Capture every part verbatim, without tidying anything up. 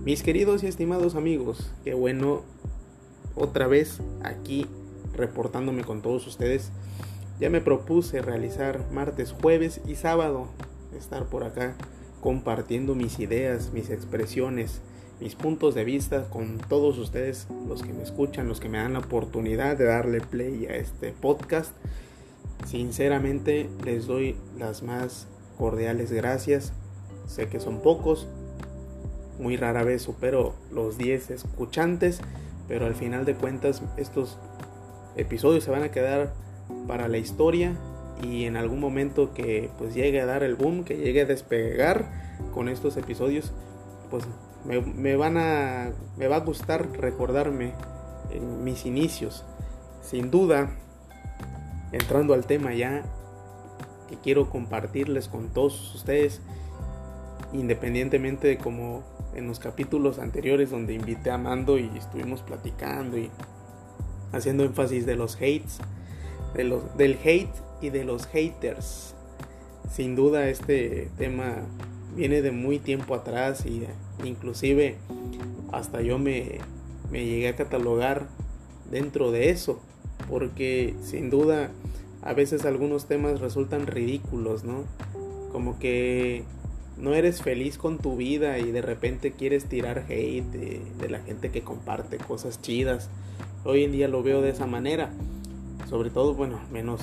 Mis queridos y estimados amigos, qué bueno otra vez aquí reportándome con todos ustedes. Ya me propuse realizar martes, jueves y sábado, estar por acá compartiendo mis ideas, mis expresiones, mis puntos de vista con todos ustedes, los que me escuchan, los que me dan la oportunidad de darle play a este podcast. Sinceramente les doy las más cordiales gracias. Sé que son pocos, muy rara vez supero los diez escuchantes, pero al final de cuentas estos episodios se van a quedar para la historia, y en algún momento que pues llegue a dar el boom, que llegue a despegar con estos episodios, pues me, me van a me va a gustar recordarme en mis inicios. Sin duda, entrando al tema ya que quiero compartirles con todos ustedes, independientemente de como en los capítulos anteriores donde invité a Mando y estuvimos platicando y haciendo énfasis de los hates, de los, del hate y de los haters. Sin duda este tema viene de muy tiempo atrás, y inclusive hasta yo me, me llegué a catalogar dentro de eso, porque sin duda a veces algunos temas resultan ridículos, ¿no? Como que no eres feliz con tu vida y de repente quieres tirar hate de, de la gente que comparte cosas chidas. Hoy en día lo veo de esa manera. Sobre todo, bueno, menos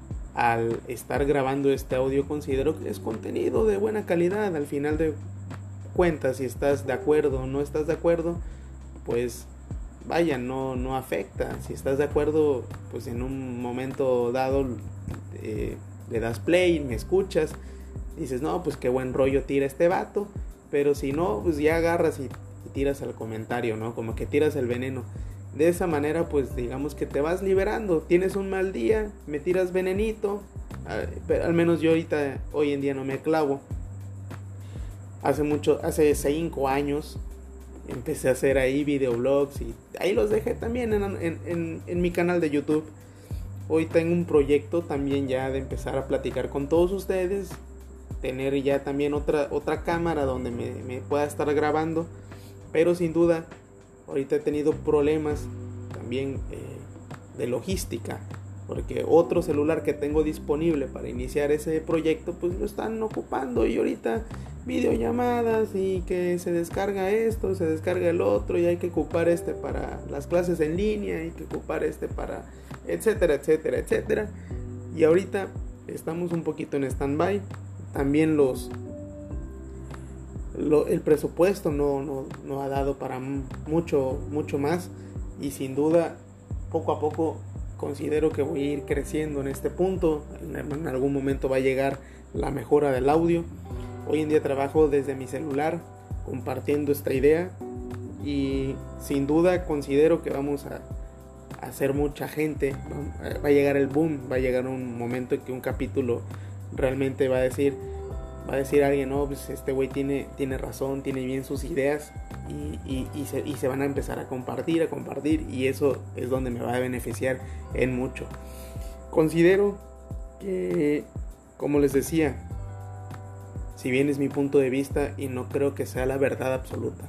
al estar grabando este audio, considero que es contenido de buena calidad. Al final de cuentas, si estás de acuerdo o no estás de acuerdo, pues vaya, no, no afecta. Si estás de acuerdo, pues en un momento dado eh, le das play, me escuchas, dices, no, pues qué buen rollo tira este vato. Pero si no, pues ya agarras y, y tiras al comentario, ¿no? Como que tiras el veneno. De esa manera, pues digamos que te vas liberando. Tienes un mal día, me tiras venenito. Pero al menos yo ahorita, hoy en día no me clavo. Hace mucho, hace cinco años empecé a hacer ahí videoblogs, y ahí los dejé también en, en, en, en mi canal de YouTube. Hoy tengo un proyecto también ya de empezar a platicar con todos ustedes, tener ya también otra, otra cámara donde me, me pueda estar grabando. Pero sin duda, ahorita he tenido problemas también eh, de logística, porque otro celular que tengo disponible para iniciar ese proyecto, pues lo están ocupando, y ahorita videollamadas y que se descarga esto, se descarga el otro, y hay que ocupar este para las clases en línea, hay que ocupar este para etcétera, etcétera, etcétera. Y ahorita estamos un poquito en stand-by. También los Lo, el presupuesto no, no, no ha dado para mucho, mucho más, y sin duda poco a poco considero que voy a ir creciendo en este punto. En, en algún momento va a llegar la mejora del audio. Hoy en día trabajo desde mi celular compartiendo esta idea, y sin duda considero que vamos a, a hacer mucha gente. Va, va a llegar el boom, va a llegar un momento en que un capítulo realmente va a decir Va a decir alguien, no, pues este güey tiene, tiene razón, tiene bien sus ideas, y, y, y, se, y se van a empezar a compartir, a compartir, y eso es donde me va a beneficiar en mucho. Considero que, como les decía, si bien es mi punto de vista y no creo que sea la verdad absoluta,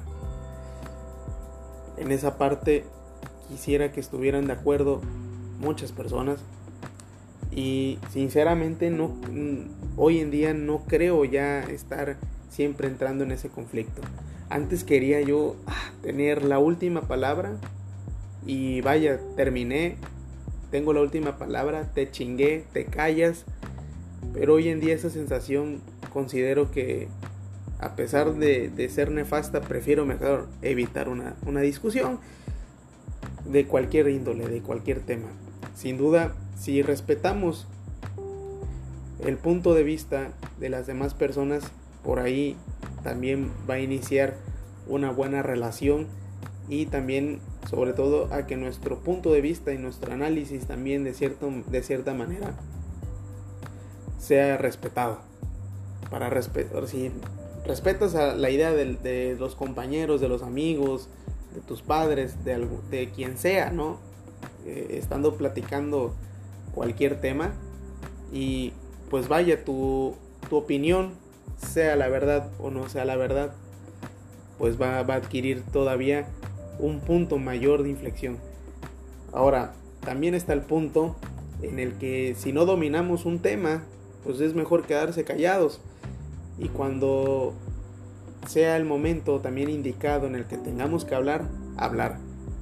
en esa parte quisiera que estuvieran de acuerdo muchas personas. Y sinceramente no, hoy en día no creo ya estar siempre entrando en ese conflicto. Antes quería yo ah, tener la última palabra, y vaya, terminé, tengo la última palabra, te chingué, te callas. Pero hoy en día esa sensación considero que, a pesar de, de ser nefasta, prefiero mejor evitar una, una discusión de cualquier índole, de cualquier tema. Sin duda, si respetamos el punto de vista de las demás personas, por ahí también va a iniciar una buena relación, y también, sobre todo, a que nuestro punto de vista y nuestro análisis también de, cierto, de cierta manera sea respetado. Para respetar, si respetas a la idea de, de los compañeros, de los amigos, de tus padres, de, algo, de quien sea, ¿no? Eh, estando platicando cualquier tema, y pues vaya, tu, tu opinión, sea la verdad o no sea la verdad, pues va, va a adquirir todavía un punto mayor de inflexión. Ahora, también está el punto en el que si no dominamos un tema, pues es mejor quedarse callados. Y cuando sea el momento también indicado en el que tengamos que hablar, hablar.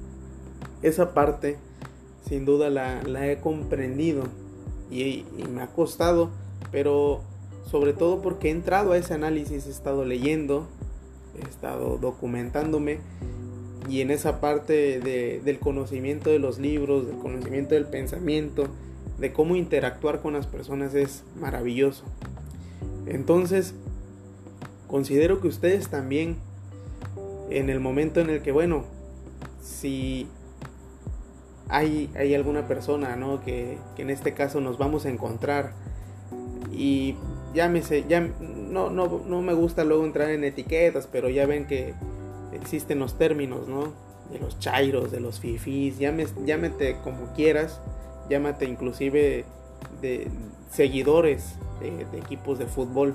Esa parte, sin duda, la, la he comprendido y, y me ha costado, pero sobre todo porque he entrado a ese análisis, he estado leyendo, he estado documentándome, y en esa parte de, del conocimiento de los libros, del conocimiento del pensamiento, de cómo interactuar con las personas es maravilloso. Entonces, considero que ustedes también, en el momento en el que, bueno, si hay, hay alguna persona, ¿no? que, que en este caso nos vamos a encontrar, y llámese, ya, no, no, no me gusta luego entrar en etiquetas, pero ya ven que existen los términos, ¿no? De los chairos, de los fifís, llámese, llámate como quieras, llámate inclusive de seguidores de, de equipos de fútbol,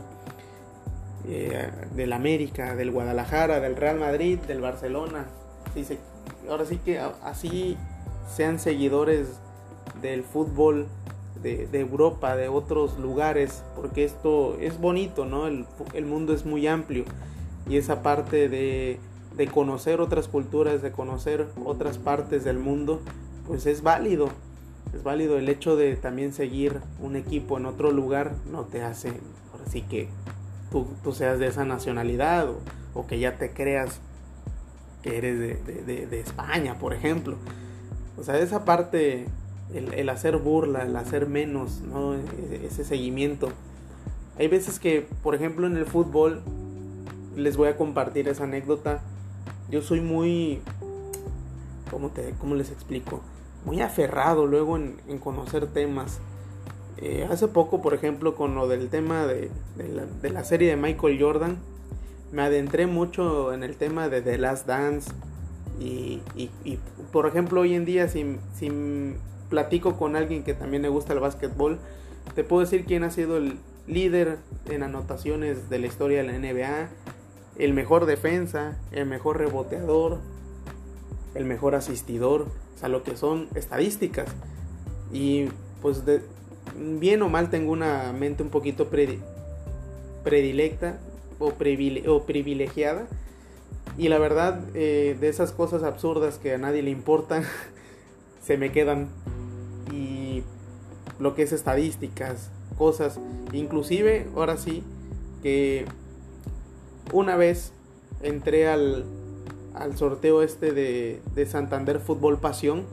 eh, del América, del Guadalajara, del Real Madrid, del Barcelona. Sí, se, ahora sí que así sean seguidores del fútbol de, de Europa, de otros lugares, porque esto es bonito, ¿no? El, el mundo es muy amplio, y esa parte de, de conocer otras culturas, de conocer otras partes del mundo, pues es válido. Es válido. El hecho de también seguir un equipo en otro lugar no te hace, ahora sí que tú, tú seas de esa nacionalidad, o, o que ya te creas que eres de, de, de, de España, por ejemplo. O sea, esa parte, el, el hacer burla, el hacer menos, ¿no? Ese seguimiento. Hay veces que, por ejemplo, en el fútbol, les voy a compartir esa anécdota. Yo soy muy, ¿cómo, te, cómo les explico? Muy aferrado luego en, en conocer temas. Eh, hace poco, por ejemplo, con lo del tema de, de, la, de la serie de Michael Jordan, me adentré mucho en el tema de The Last Dance. Y, y, y por ejemplo, hoy en día, si, si platico con alguien que también le gusta el básquetbol, te puedo decir quién ha sido el líder en anotaciones de la historia de la N B A, el mejor defensa, el mejor reboteador, el mejor asistidor, o sea, lo que son estadísticas. Y pues de, bien o mal tengo una mente un poquito pre, predilecta o, privile, o privilegiada, y la verdad, eh, de esas cosas absurdas que a nadie le importan se me quedan. Y lo que es estadísticas, cosas, inclusive ahora sí que una vez entré al, al sorteo este de, de Santander Fútbol Pasión.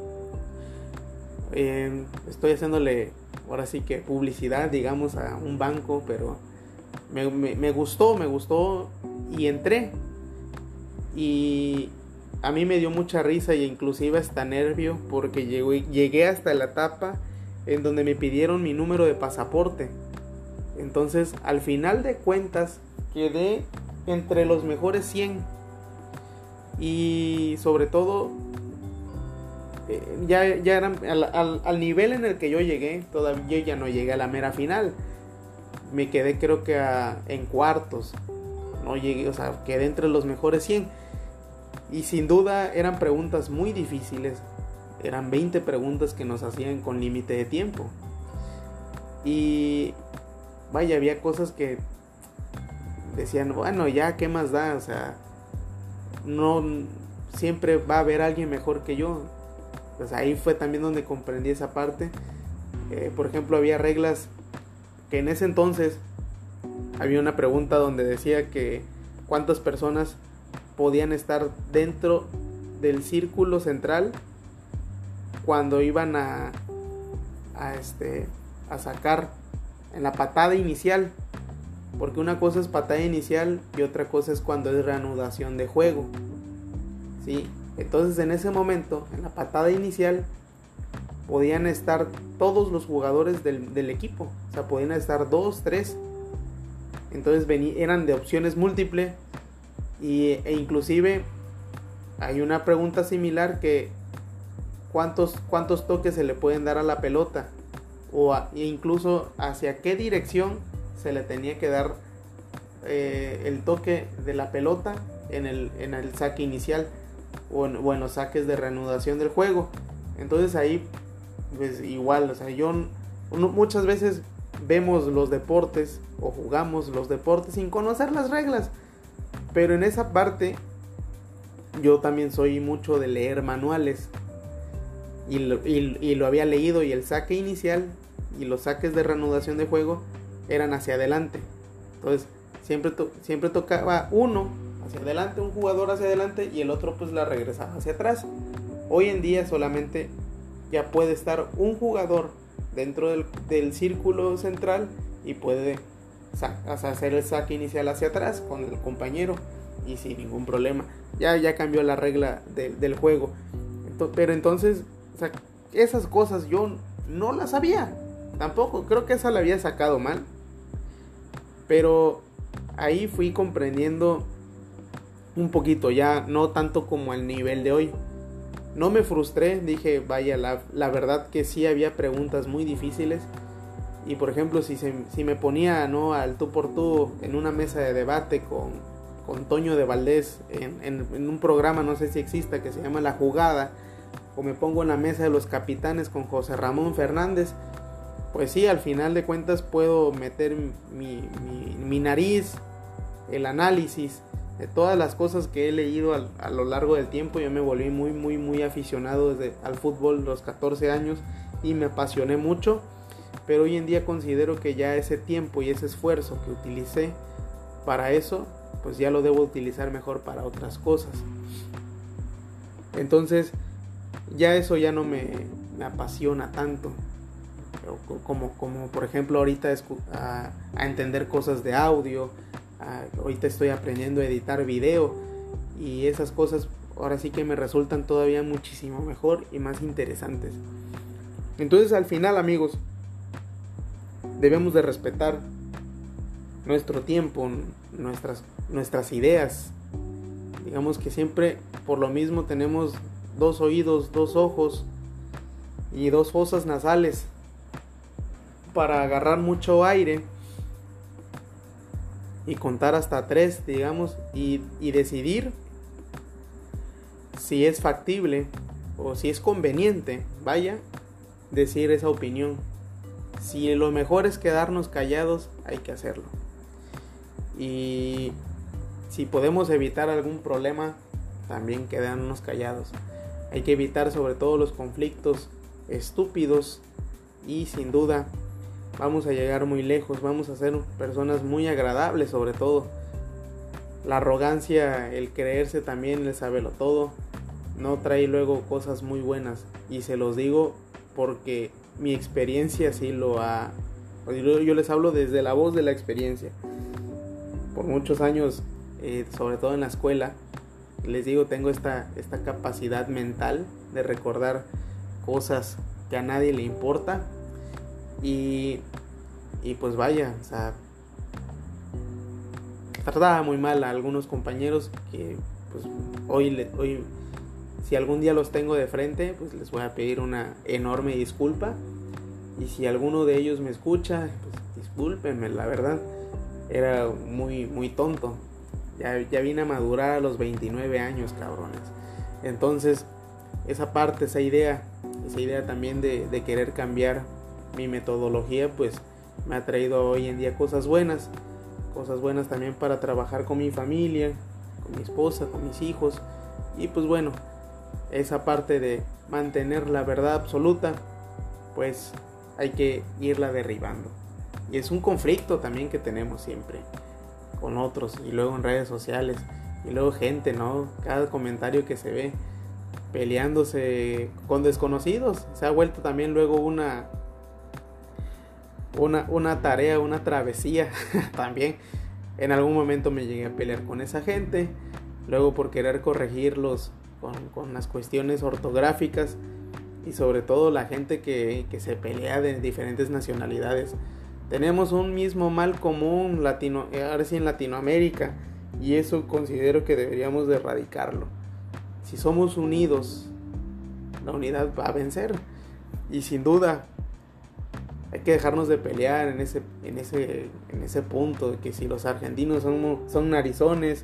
Eh, estoy haciéndole ahora sí que publicidad, digamos, a un banco, pero me, me, me gustó, me gustó y entré. Y a mí me dio mucha risa e inclusive hasta nervio, porque llegué, llegué hasta la etapa en donde me pidieron mi número de pasaporte. Entonces, al final de cuentas, quedé entre los mejores cien. Y sobre todo, eh, ya, ya eran al, al, al nivel en el que yo llegué, todavía ya no llegué a la mera final. Me quedé creo que a, en cuartos. No llegué, o sea, quedé entre los mejores cien. Y sin duda eran preguntas muy difíciles. Eran veinte preguntas que nos hacían con límite de tiempo. Y vaya, había cosas que decían, bueno, ya, ¿qué más da? O sea, no siempre va a haber alguien mejor que yo. Pues ahí fue también donde comprendí esa parte. Eh, por ejemplo, había reglas que en ese entonces había una pregunta donde decía que cuántas personas podían estar dentro del círculo central cuando iban a, a, este, a sacar en la patada inicial, porque una cosa es patada inicial y otra cosa es cuando es reanudación de juego, ¿sí? Entonces en ese momento, en la patada inicial, podían estar todos los jugadores del, del equipo, o sea, podían estar dos, tres, entonces vení, eran de opciones múltiples. Y, e inclusive hay una pregunta similar que cuántos, cuántos toques se le pueden dar a la pelota, o a, e incluso hacia qué dirección se le tenía que dar eh, el toque de la pelota en el, en el saque inicial o en, o en los saques de reanudación del juego. Entonces ahí pues igual, o sea, yo uno, muchas veces vemos los deportes o jugamos los deportes sin conocer las reglas, pero en esa parte yo también soy mucho de leer manuales y lo, y, y lo había leído, y el saque inicial y los saques de reanudación de juego eran hacia adelante. Entonces siempre, to, siempre tocaba uno hacia adelante, un jugador hacia adelante, y el otro pues la regresaba hacia atrás. Hoy en día solamente ya puede estar un jugador dentro del, del círculo central y puede hacer el saque inicial hacia atrás con el compañero y sin ningún problema. Ya, ya cambió la regla de, del juego. Entonces, pero entonces, o sea, esas cosas yo no las sabía. Tampoco, creo que esa la había sacado mal. Pero ahí fui comprendiendo un poquito, ya no tanto como al nivel de hoy. No me frustré, dije, vaya, la, la verdad que sí había preguntas muy difíciles. Y por ejemplo, si, se, si me ponía, ¿no?, al tú por tú en una mesa de debate con, con Toño de Valdés en, en, en un programa, no sé si exista, que se llama La Jugada, o me pongo en la mesa de los capitanes con José Ramón Fernández, pues sí, al final de cuentas puedo meter mi, mi, mi nariz, el análisis de todas las cosas que he leído al, a lo largo del tiempo. Yo me volví muy muy muy aficionado desde al fútbol los catorce años y me apasioné mucho, pero hoy en día considero que ya ese tiempo y ese esfuerzo que utilicé para eso, pues ya lo debo utilizar mejor para otras cosas. Entonces ya eso ya no me, me apasiona tanto como, como por ejemplo ahorita a, a entender cosas de audio. Uh, ahorita estoy aprendiendo a editar video y esas cosas ahora sí que me resultan todavía muchísimo mejor y más interesantes. Entonces al final, amigos, debemos de respetar nuestro tiempo, nuestras, nuestras ideas. Digamos que siempre por lo mismo tenemos dos oídos, dos ojos y dos fosas nasales para agarrar mucho aire y contar hasta tres, digamos, y, y decidir si es factible o si es conveniente, vaya, decir esa opinión. Si lo mejor es quedarnos callados, hay que hacerlo. Y si podemos evitar algún problema, también quedarnos callados. Hay que evitar sobre todo los conflictos estúpidos y sin duda vamos a llegar muy lejos, vamos a ser personas muy agradables sobre todo. La arrogancia, el creerse también, el saberlo todo, no trae luego cosas muy buenas. Y se los digo porque mi experiencia sí lo ha... Yo les hablo desde la voz de la experiencia. Por muchos años, eh, sobre todo en la escuela, les digo, tengo esta, esta capacidad mental de recordar cosas que a nadie le importa. Y, y pues vaya, o sea, trataba muy mal a algunos compañeros que pues hoy, hoy si algún día los tengo de frente, pues les voy a pedir una enorme disculpa. Y si alguno de ellos me escucha, pues discúlpenme, la verdad, era muy, muy tonto. Ya, ya vine a madurar a los veintinueve años, cabrones. Entonces, esa parte, esa idea, esa idea también de, de querer cambiar mi metodología, pues me ha traído hoy en día cosas buenas. Cosas buenas también para trabajar con mi familia, con mi esposa, con mis hijos. Y pues bueno, esa parte de mantener la verdad absoluta, pues hay que irla derribando. Y es un conflicto también que tenemos siempre con otros, y luego en redes sociales, y luego gente, ¿no? Cada comentario que se ve peleándose con desconocidos, se ha vuelto también luego una una, una tarea, una travesía también. En algún momento me llegué a pelear con esa gente, luego por querer corregirlos con, con las cuestiones ortográficas, y sobre todo la gente que, que se pelea de diferentes nacionalidades. Tenemos un mismo mal común latino, ahora sí en Latinoamérica, y eso considero que deberíamos de erradicarlo. Si somos unidos, la unidad va a vencer. Y sin duda hay que dejarnos de pelear en ese, en ese, en ese punto de que si los argentinos son, son narizones,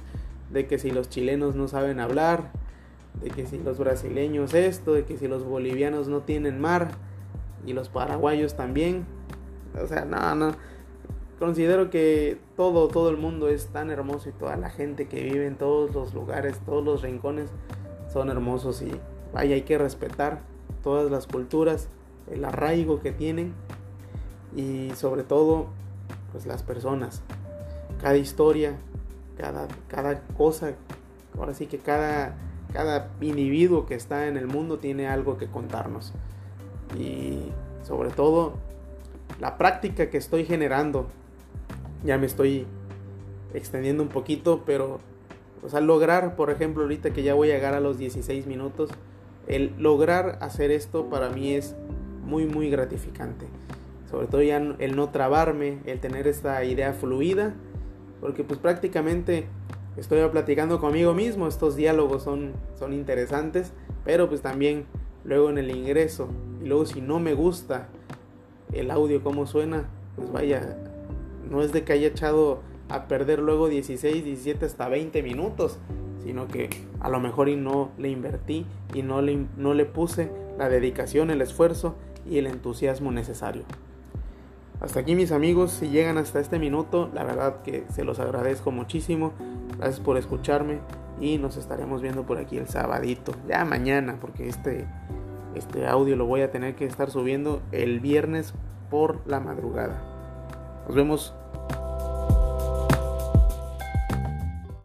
de que si los chilenos no saben hablar, de que si los brasileños esto, de que si los bolivianos no tienen mar y los paraguayos también. O sea, no, no. Considero que todo, todo el mundo es tan hermoso y toda la gente que vive en todos los lugares, todos los rincones son hermosos y vaya, hay que respetar todas las culturas, el arraigo que tienen y sobre todo pues las personas, cada historia, cada, cada cosa, ahora sí que cada, cada individuo que está en el mundo tiene algo que contarnos y sobre todo la práctica que estoy generando. Ya me estoy extendiendo un poquito, pero o sea, lograr, por ejemplo, ahorita que ya voy a llegar a los dieciséis minutos, el lograr hacer esto para mí es muy muy gratificante. Sobre todo ya el no trabarme, el tener esta idea fluida, porque pues prácticamente estoy platicando conmigo mismo, estos diálogos son, son interesantes, pero pues también luego en el ingreso, y luego si no me gusta el audio como suena, pues vaya, no es de que haya echado a perder luego dieciséis, diecisiete hasta veinte minutos, sino que a lo mejor y no le invertí y no le, no le puse la dedicación, el esfuerzo y el entusiasmo necesario. Hasta aquí mis amigos, si llegan hasta este minuto, la verdad que se los agradezco muchísimo. Gracias por escucharme y nos estaremos viendo por aquí el sabadito, ya mañana, porque este, este audio lo voy a tener que estar subiendo el viernes por la madrugada. Nos vemos.